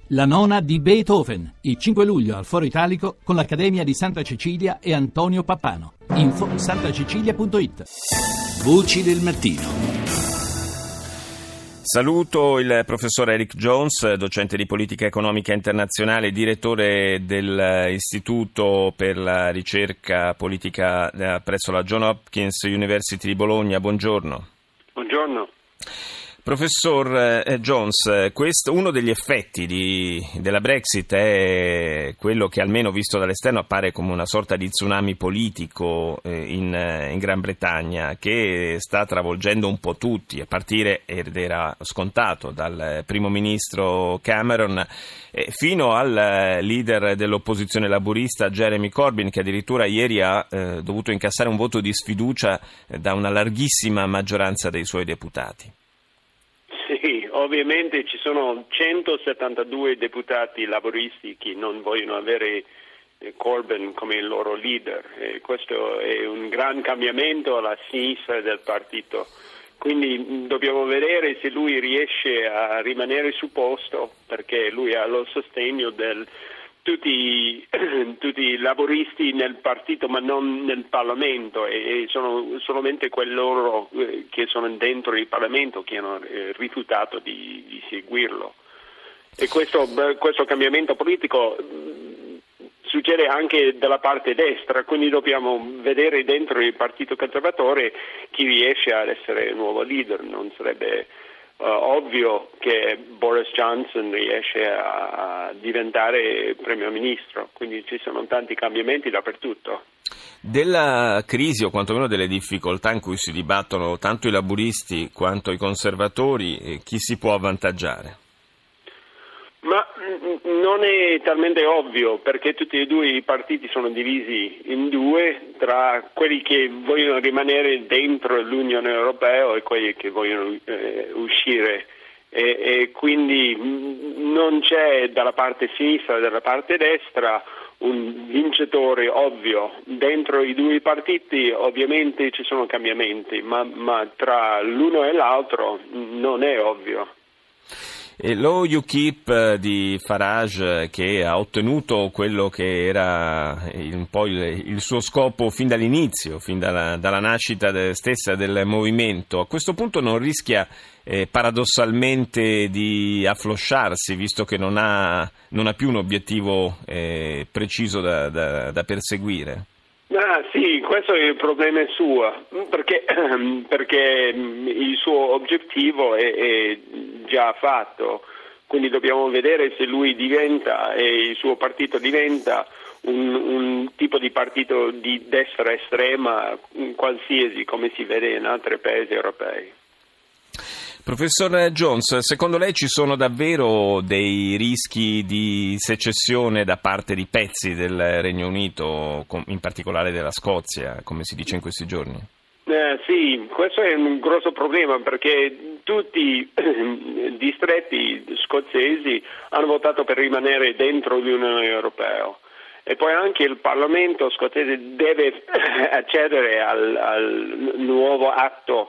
La nona di Beethoven, il 5 luglio al Foro Italico con l'Accademia di Santa Cecilia e Antonio Pappano. Info santacecilia.it. Voci del mattino. Saluto il professor Eric Jones, docente di politica economica internazionale, direttore dell'Istituto per la ricerca politica presso la Johns Hopkins University di Bologna. Buongiorno. Buongiorno. Professor Jones, uno degli effetti della Brexit è quello che, almeno visto dall'esterno, appare come una sorta di tsunami politico in Gran Bretagna, che sta travolgendo un po' tutti, a partire, ed era scontato, dal primo ministro Cameron fino al leader dell'opposizione laburista Jeremy Corbyn, che addirittura ieri ha dovuto incassare un voto di sfiducia da una larghissima maggioranza dei suoi deputati. Sì, ovviamente ci sono 172 deputati laboristi che non vogliono avere Corbyn come il loro leader, e questo è un gran cambiamento alla sinistra del partito. Quindi dobbiamo vedere se lui riesce a rimanere su posto, perché lui ha lo sostegno tutti i laboristi nel partito, ma non nel Parlamento, e sono solamente quelli loro che sono dentro il Parlamento che hanno rifiutato di seguirlo. E questo cambiamento politico succede anche dalla parte destra, quindi dobbiamo vedere dentro il Partito Conservatore chi riesce ad essere il nuovo leader. Non sarebbe ovvio che Boris Johnson riesce a diventare Primo Ministro, quindi ci sono tanti cambiamenti dappertutto. Della crisi, o quantomeno delle difficoltà in cui si dibattono tanto i laburisti quanto i conservatori, chi si può avvantaggiare? Ma non è talmente ovvio, perché tutti e due i partiti sono divisi in due, tra quelli che vogliono rimanere dentro l'Unione Europea e quelli che vogliono uscire, e quindi non c'è dalla parte sinistra e dalla parte destra un vincitore ovvio. Dentro i due partiti ovviamente ci sono cambiamenti, ma tra l'uno e l'altro non è ovvio. E lo UKIP di Farage, che ha ottenuto quello che era un po' il suo scopo fin dall'inizio, fin dalla nascita stessa del movimento, a questo punto non rischia paradossalmente di afflosciarsi, visto che non ha più un obiettivo preciso da perseguire? Sì, questo è il problema suo, perché il suo obiettivo è già fatto, quindi dobbiamo vedere se lui diventa, e il suo partito diventa, un tipo di partito di destra estrema qualsiasi, come si vede in altri paesi europei. Professor Jones, secondo lei ci sono davvero dei rischi di secessione da parte di pezzi del Regno Unito, in particolare della Scozia, come si dice in questi giorni? Sì, questo è un grosso problema, perché tutti i distretti scozzesi hanno votato per rimanere dentro l'Unione Europea, e poi anche il Parlamento scozzese deve accedere al nuovo atto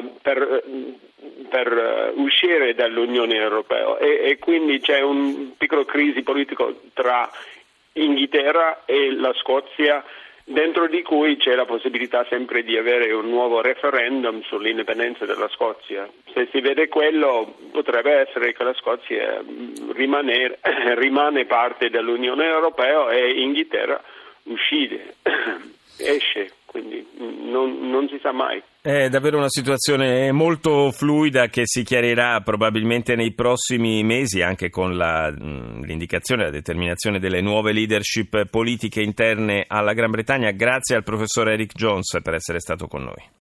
per uscire dall'Unione Europea, e quindi c'è un piccolo crisi politico tra Inghilterra e la Scozia, dentro di cui c'è la possibilità sempre di avere un nuovo referendum sull'indipendenza della Scozia. Se si vede quello, potrebbe essere che la Scozia rimane parte dell'Unione Europea e Inghilterra esce, quindi non si sa mai. È davvero una situazione molto fluida che si chiarirà probabilmente nei prossimi mesi, anche con l'indicazione e la determinazione delle nuove leadership politiche interne alla Gran Bretagna. Grazie al professor Eric Jones per essere stato con noi.